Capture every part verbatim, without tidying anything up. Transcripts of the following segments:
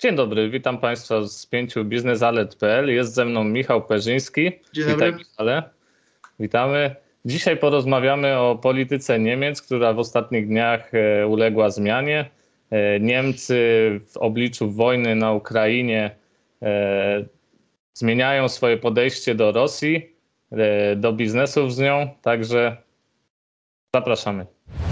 Dzień dobry, witam Państwa z pięciu biznesalert kropka p l. Jest ze mną Michał Perzyński. Dzień Witaj, dobry. Michale. Witamy. Dzisiaj porozmawiamy o polityce Niemiec, która w ostatnich dniach uległa zmianie. Niemcy w obliczu wojny na Ukrainie zmieniają swoje podejście do Rosji, do biznesów z nią, także zapraszamy.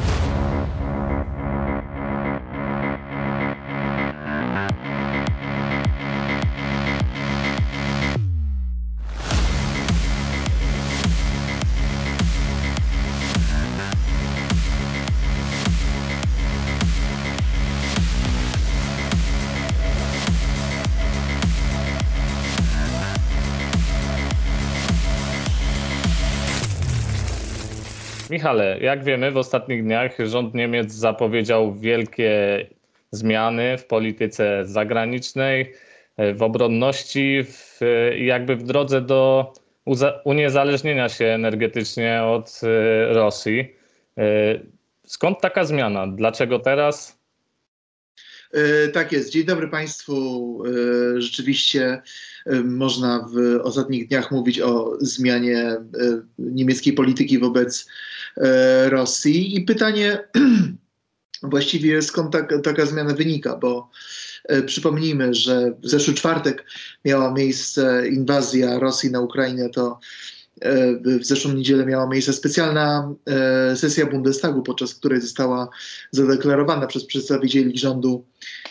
Michale, jak wiemy, w ostatnich dniach rząd Niemiec zapowiedział wielkie zmiany w polityce zagranicznej, w obronności w, i jakby w drodze do uniezależnienia się energetycznie od Rosji. Skąd taka zmiana? Dlaczego teraz? Tak jest. Dzień dobry Państwu. Rzeczywiście można w ostatnich dniach mówić o zmianie niemieckiej polityki wobec Rosji. I pytanie właściwie skąd ta, taka zmiana wynika, bo przypomnijmy, że w zeszły czwartek miała miejsce inwazja Rosji na Ukrainę, to w zeszłą niedzielę miała miejsce specjalna sesja Bundestagu, podczas której została zadeklarowana przez przedstawicieli rządu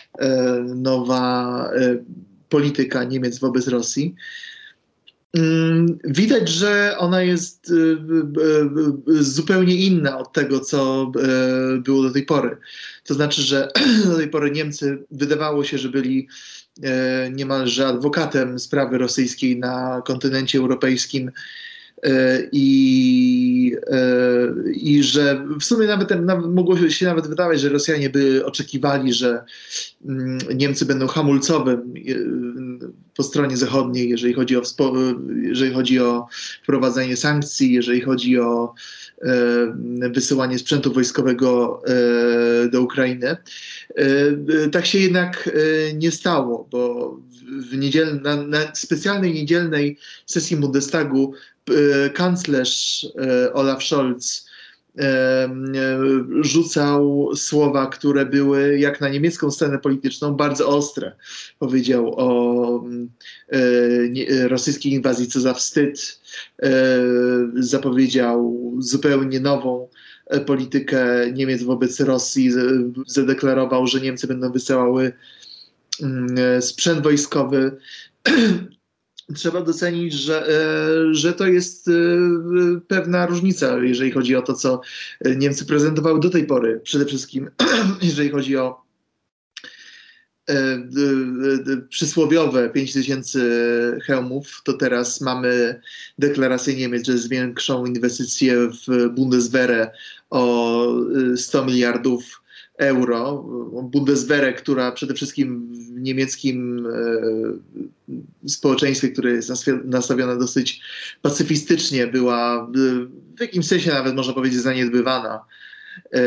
nowa polityka Niemiec wobec Rosji. Widać, że ona jest zupełnie inna od tego, co było do tej pory. To znaczy, że do tej pory Niemcy wydawało się, że byli niemalże adwokatem sprawy rosyjskiej na kontynencie europejskim, I, i że w sumie nawet, nawet mogło się nawet wydawać, że Rosjanie by oczekiwali, że Niemcy będą hamulcowym po stronie zachodniej, jeżeli chodzi o, jeżeli chodzi o wprowadzanie sankcji, jeżeli chodzi o wysyłanie sprzętu wojskowego do Ukrainy. Tak się jednak nie stało, bo w niedziel, na, na specjalnej niedzielnej sesji Bundestagu kanclerz Olaf Scholz rzucał słowa, które były jak na niemiecką scenę polityczną bardzo ostre. Powiedział o rosyjskiej inwazji, co za wstyd. Zapowiedział zupełnie nową politykę Niemiec wobec Rosji. Zadeklarował, że Niemcy będą wysyłały sprzęt wojskowy. Trzeba docenić, że, że to jest pewna różnica, jeżeli chodzi o to, co Niemcy prezentowały do tej pory. Przede wszystkim, jeżeli chodzi o przysłowiowe pięć tysięcy hełmów, to teraz mamy deklarację Niemiec, że zwiększą inwestycje w Bundeswehrę o sto miliardów euro. Bundeswehrę, która przede wszystkim w niemieckim e, społeczeństwie, które jest nastawione dosyć pacyfistycznie, była w jakimś sensie nawet można powiedzieć zaniedbywana e,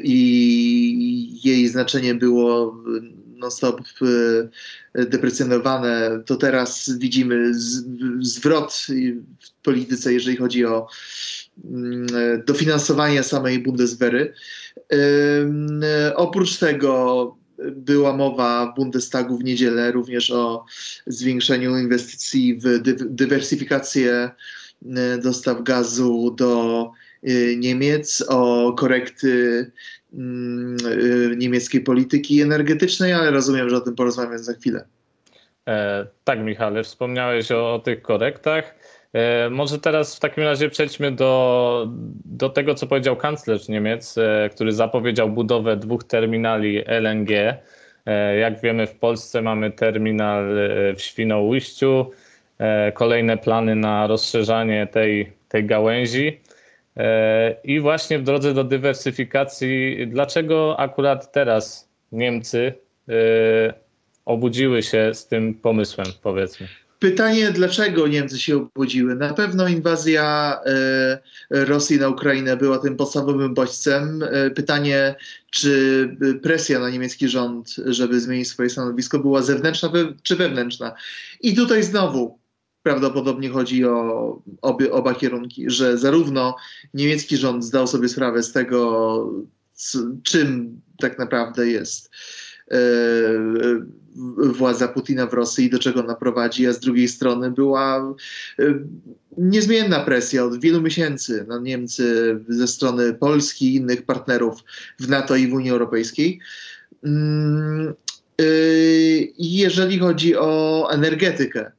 i jej znaczenie było non-stop e, deprecjonowane. To teraz widzimy z, zwrot w polityce, jeżeli chodzi o e, dofinansowanie samej Bundeswehry. Yy, oprócz tego była mowa w Bundestagu w niedzielę również o zwiększeniu inwestycji w dy dywersyfikację dostaw gazu do yy, Niemiec, o korekty yy, niemieckiej polityki energetycznej, ale rozumiem, że o tym porozmawiamy za chwilę. E, tak, Michale, wspomniałeś o, o tych korektach. E, może teraz w takim razie przejdźmy do, do tego, co powiedział kanclerz Niemiec, e, który zapowiedział budowę dwóch terminali L N G. E, jak wiemy, w Polsce mamy terminal w Świnoujściu, e, kolejne plany na rozszerzanie tej, tej gałęzi. E, I właśnie w drodze do dywersyfikacji, dlaczego akurat teraz Niemcy e, obudziły się z tym pomysłem, powiedzmy? Pytanie, dlaczego Niemcy się obudziły? Na pewno inwazja e, Rosji na Ukrainę była tym podstawowym bodźcem. E, pytanie, czy presja na niemiecki rząd, żeby zmienić swoje stanowisko, była zewnętrzna we, czy wewnętrzna? I tutaj znowu prawdopodobnie chodzi o obie, oba kierunki, że zarówno niemiecki rząd zdał sobie sprawę z tego, c, czym tak naprawdę jest e, władza Putina w Rosji i do czego ona prowadzi, a z drugiej strony była y, niezmienna presja od wielu miesięcy na Niemcy ze strony Polski i innych partnerów w NATO i w Unii Europejskiej. Mm, y, jeżeli chodzi o energetykę,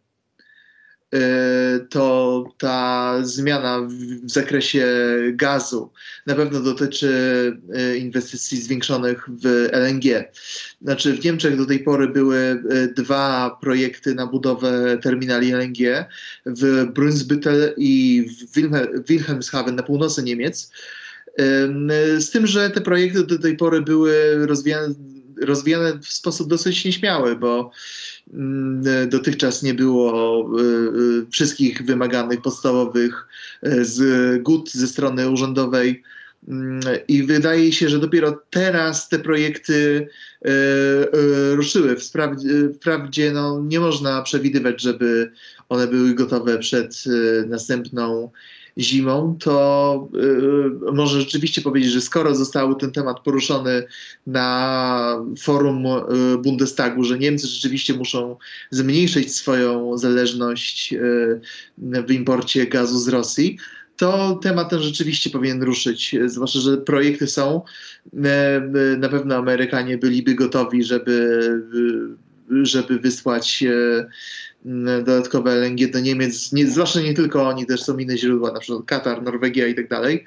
to ta zmiana w zakresie gazu na pewno dotyczy inwestycji zwiększonych w L N G. Znaczy w Niemczech do tej pory były dwa projekty na budowę terminali L N G w Brunsbüttel i w Wilhelmshaven na północy Niemiec. Z tym, że te projekty do tej pory były rozwijane, rozwijane w sposób dosyć nieśmiały, bo dotychczas nie było wszystkich wymaganych podstawowych zgód ze strony urzędowej i wydaje się, że dopiero teraz te projekty ruszyły. Wprawdzie no, nie można przewidywać, żeby one były gotowe przed następną zimą, to y, może rzeczywiście powiedzieć, że skoro został ten temat poruszony na forum y, Bundestagu, że Niemcy rzeczywiście muszą zmniejszyć swoją zależność y, w imporcie gazu z Rosji, to temat ten rzeczywiście powinien ruszyć, zwłaszcza, że projekty są. Y, na pewno Amerykanie byliby gotowi, żeby, y, żeby wysłać y, dodatkowe L N G do Niemiec, nie, zwłaszcza nie tylko oni, też są inne źródła, na przykład Katar, Norwegia i tak dalej.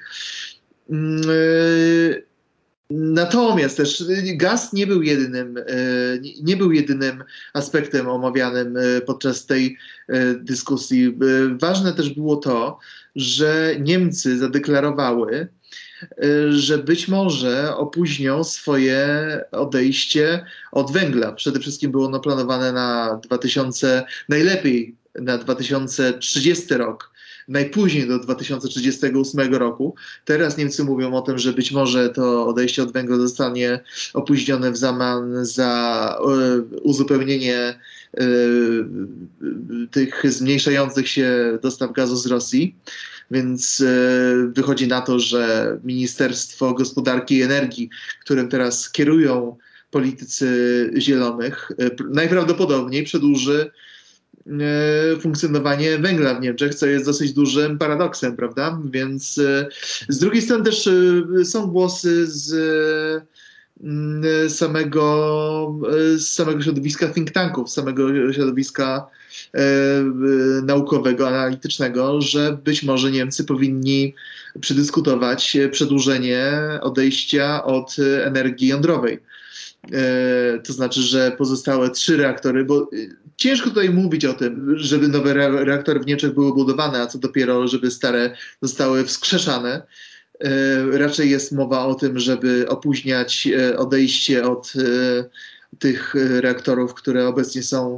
Natomiast też gaz nie był jedynym, nie był jedynym aspektem omawianym podczas tej dyskusji. Ważne też było to, że Niemcy zadeklarowały, że być może opóźnią swoje odejście od węgla. Przede wszystkim było ono planowane na dwa tysiące, najlepiej na dwa tysiące trzydziesty rok, najpóźniej do dwa tysiące trzydziestego ósmego roku. Teraz Niemcy mówią o tym, że być może to odejście od węgla zostanie opóźnione w zamian za y, uzupełnienie y, tych zmniejszających się dostaw gazu z Rosji. Więc y, wychodzi na to, że Ministerstwo Gospodarki i Energii, którym teraz kierują politycy zielonych, y, najprawdopodobniej przedłuży y, funkcjonowanie węgla w Niemczech, co jest dosyć dużym paradoksem, prawda? Więc y, z drugiej strony też y, są głosy z y, samego, y, z samego środowiska think tanków, z samego środowiska y, y, naukowego, analitycznego, że być może Niemcy powinni przedyskutować przedłużenie odejścia od energii jądrowej. Y, to znaczy, że pozostałe trzy reaktory, bo y, ciężko tutaj mówić o tym, żeby nowe re reaktory w Niemczech były budowane, a co dopiero, żeby stare zostały wskrzeszane. Raczej jest mowa o tym, żeby opóźniać odejście od tych reaktorów, które obecnie są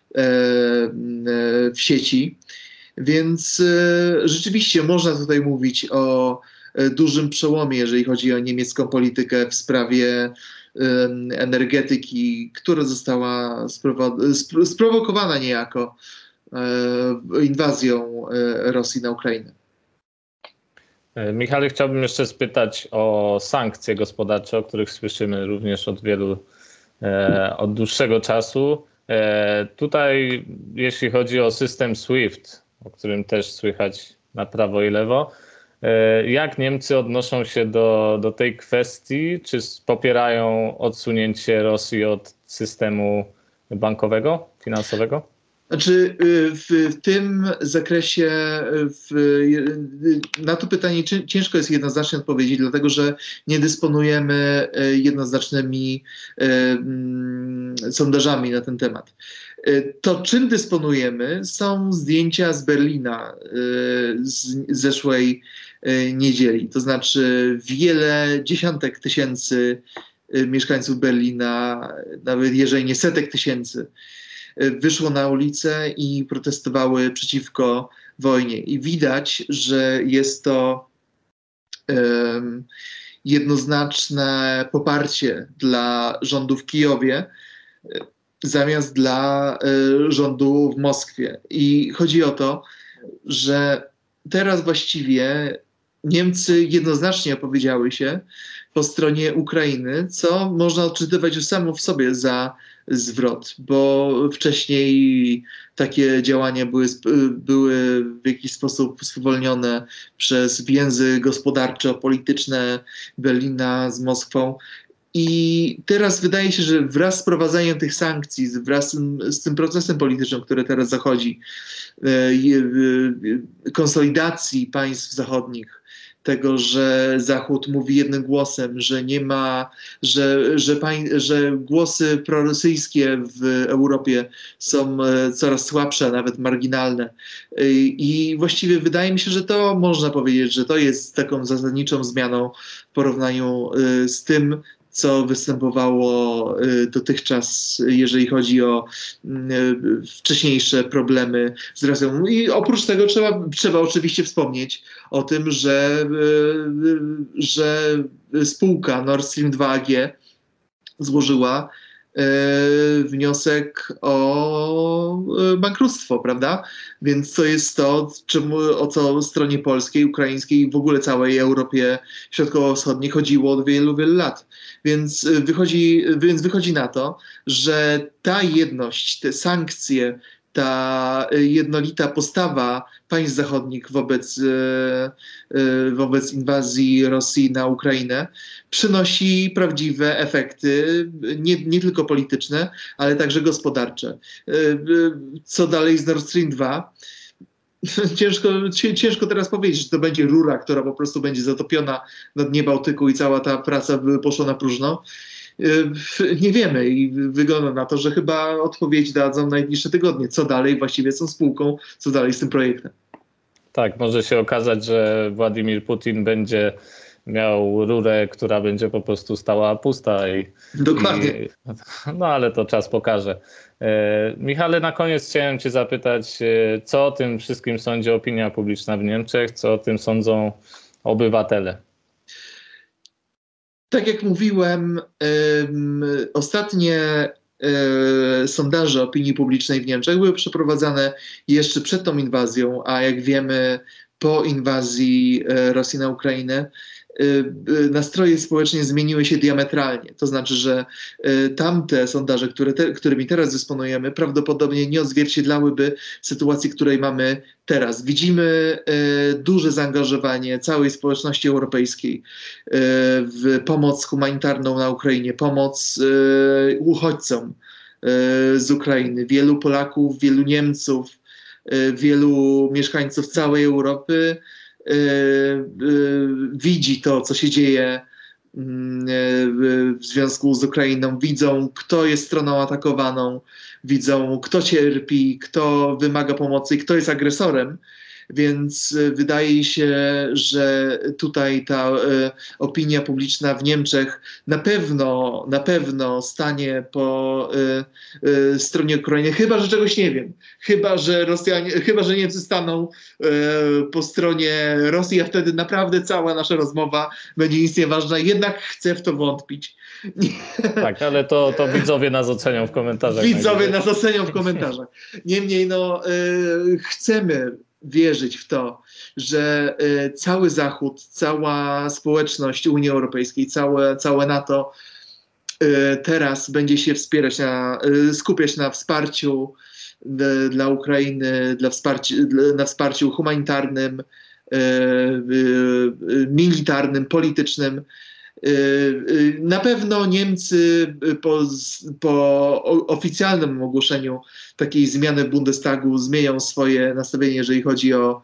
w sieci. Więc rzeczywiście można tutaj mówić o dużym przełomie, jeżeli chodzi o niemiecką politykę w sprawie energetyki, która została sprowokowana niejako inwazją Rosji na Ukrainę. Michale, chciałbym jeszcze spytać o sankcje gospodarcze, o których słyszymy również od wielu, e, od dłuższego czasu. E, tutaj, jeśli chodzi o system SWIFT, o którym też słychać na prawo i lewo, e, jak Niemcy odnoszą się do, do tej kwestii? Czy popierają odsunięcie Rosji od systemu bankowego, finansowego? Znaczy w, w tym zakresie w, na to pytanie ciężko jest jednoznacznie odpowiedzieć, dlatego że nie dysponujemy jednoznacznymi sondażami na ten temat. To, czym dysponujemy, są zdjęcia z Berlina z zeszłej niedzieli. To znaczy wiele dziesiątek tysięcy mieszkańców Berlina, nawet jeżeli nie setek tysięcy, wyszło na ulicę i protestowały przeciwko wojnie. I widać, że jest to um, jednoznaczne poparcie dla rządu w Kijowie zamiast dla y, rządu w Moskwie. I chodzi o to, że teraz właściwie Niemcy jednoznacznie opowiedziały się po stronie Ukrainy, co można odczytywać już samo w sobie za zwrot, bo wcześniej takie działania były, były w jakiś sposób spowolnione przez więzy gospodarczo-polityczne Berlina z Moskwą. I teraz wydaje się, że wraz z wprowadzaniem tych sankcji, wraz z tym procesem politycznym, który teraz zachodzi, konsolidacji państw zachodnich, tego, że Zachód mówi jednym głosem, że nie ma, że, że, pań, że głosy prorosyjskie w Europie są coraz słabsze, nawet marginalne. I właściwie wydaje mi się, że to można powiedzieć, że to jest taką zasadniczą zmianą w porównaniu z tym, co występowało dotychczas, jeżeli chodzi o wcześniejsze problemy z Rosją. I oprócz tego trzeba, trzeba oczywiście wspomnieć o tym, że, że spółka Nord Stream dwa A G złożyła wniosek o bankructwo, prawda? Więc to jest to, czemu, o co stronie polskiej, ukraińskiej i w ogóle całej Europie Środkowo-Wschodniej chodziło od wielu, wielu lat. Więc wychodzi, więc wychodzi na to, że ta jedność, te sankcje, ta jednolita postawa państw zachodnich wobec, wobec inwazji Rosji na Ukrainę przynosi prawdziwe efekty, nie, nie tylko polityczne, ale także gospodarcze. Co dalej z Nord Stream dwa? Ciężko, ciężko teraz powiedzieć, że to będzie rura, która po prostu będzie zatopiona na dnie Bałtyku i cała ta praca by poszła na próżno. Nie wiemy i wygląda na to, że chyba odpowiedź dadzą najbliższe tygodnie. Co dalej właściwie z tą spółką, co dalej z tym projektem. Tak, może się okazać, że Władimir Putin będzie miał rurę, która będzie po prostu stała pusta. I, Dokładnie. I, no ale to czas pokaże. E, Michale, na koniec chciałem cię zapytać, co o tym wszystkim sądzi opinia publiczna w Niemczech, co o tym sądzą obywatele? Tak jak mówiłem, um, ostatnie um, sondaże opinii publicznej w Niemczech były przeprowadzane jeszcze przed tą inwazją, a jak wiemy, po inwazji um, Rosji na Ukrainę nastroje społecznie zmieniły się diametralnie. To znaczy, że tamte sondaże, które te, którymi teraz dysponujemy, prawdopodobnie nie odzwierciedlałyby sytuacji, której mamy teraz. Widzimy duże zaangażowanie całej społeczności europejskiej w pomoc humanitarną na Ukrainie, pomoc uchodźcom z Ukrainy. Wielu Polaków, wielu Niemców, wielu mieszkańców całej Europy widzi to, co się dzieje w związku z Ukrainą, widzą, kto jest stroną atakowaną, widzą, kto cierpi, kto wymaga pomocy i kto jest agresorem. Więc wydaje się, że tutaj ta e, opinia publiczna w Niemczech na pewno, na pewno stanie po e, e, stronie Ukrainy, chyba że czegoś nie wiem. Chyba, że Rosjanie, chyba, że Niemcy staną e, po stronie Rosji, a wtedy naprawdę cała nasza rozmowa będzie nic nieważna. Jednak chcę w to wątpić. Tak, ale to, to widzowie nas ocenią w komentarzach. Widzowie nas ocenią w komentarzach. Niemniej no, e, chcemy wierzyć w to, że y, cały Zachód, cała społeczność Unii Europejskiej, całe, całe NATO y, teraz będzie się wspierać, na, y, skupiać na wsparciu y, dla Ukrainy, dla wsparci, na wsparciu humanitarnym, y, y, militarnym, politycznym. Na pewno Niemcy po, po oficjalnym ogłoszeniu takiej zmiany w Bundestagu zmienią swoje nastawienie, jeżeli chodzi o,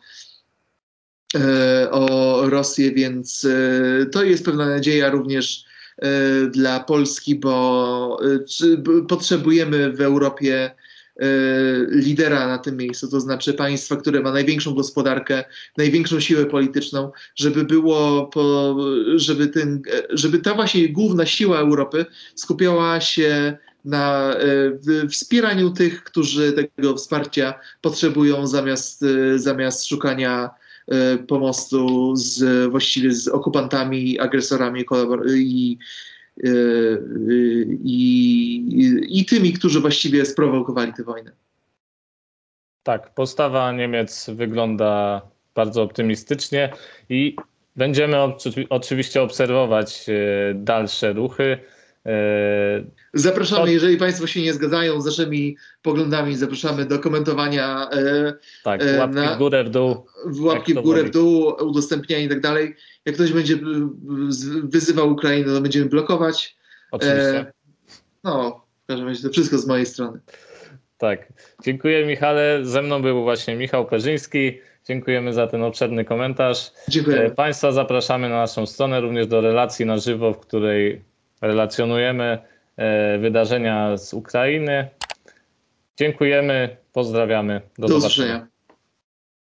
o Rosję, więc to jest pewna nadzieja również dla Polski, bo potrzebujemy w Europie lidera na tym miejscu, to znaczy państwa, które ma największą gospodarkę, największą siłę polityczną, żeby było, po, żeby, ten, żeby ta właśnie główna siła Europy skupiała się na y, wspieraniu tych, którzy tego wsparcia potrzebują, zamiast, y, zamiast szukania y, pomostu z, właściwie z okupantami, agresorami i, y, i, i tymi, którzy właściwie sprowokowali tę wojnę. Tak, postawa Niemiec wygląda bardzo optymistycznie i będziemy oczywiście obserwować dalsze ruchy. Zapraszamy, jeżeli Państwo się nie zgadzają z naszymi poglądami, zapraszamy do komentowania. Tak, łapki na, w górę, w dół. Łapki w górę, w dół, udostępnianie i tak dalej. Jak ktoś będzie wyzywał Ukrainę, to będziemy blokować. Oczywiście. No, w każdym razie to wszystko z mojej strony. Tak. Dziękuję, Michale. Ze mną był właśnie Michał Perzyński. Dziękujemy za ten obszerny komentarz. Dziękuję. Państwa zapraszamy na naszą stronę, również do relacji na żywo, w której relacjonujemy wydarzenia z Ukrainy. Dziękujemy, pozdrawiamy. Do, do zobaczenia. usłyszenia.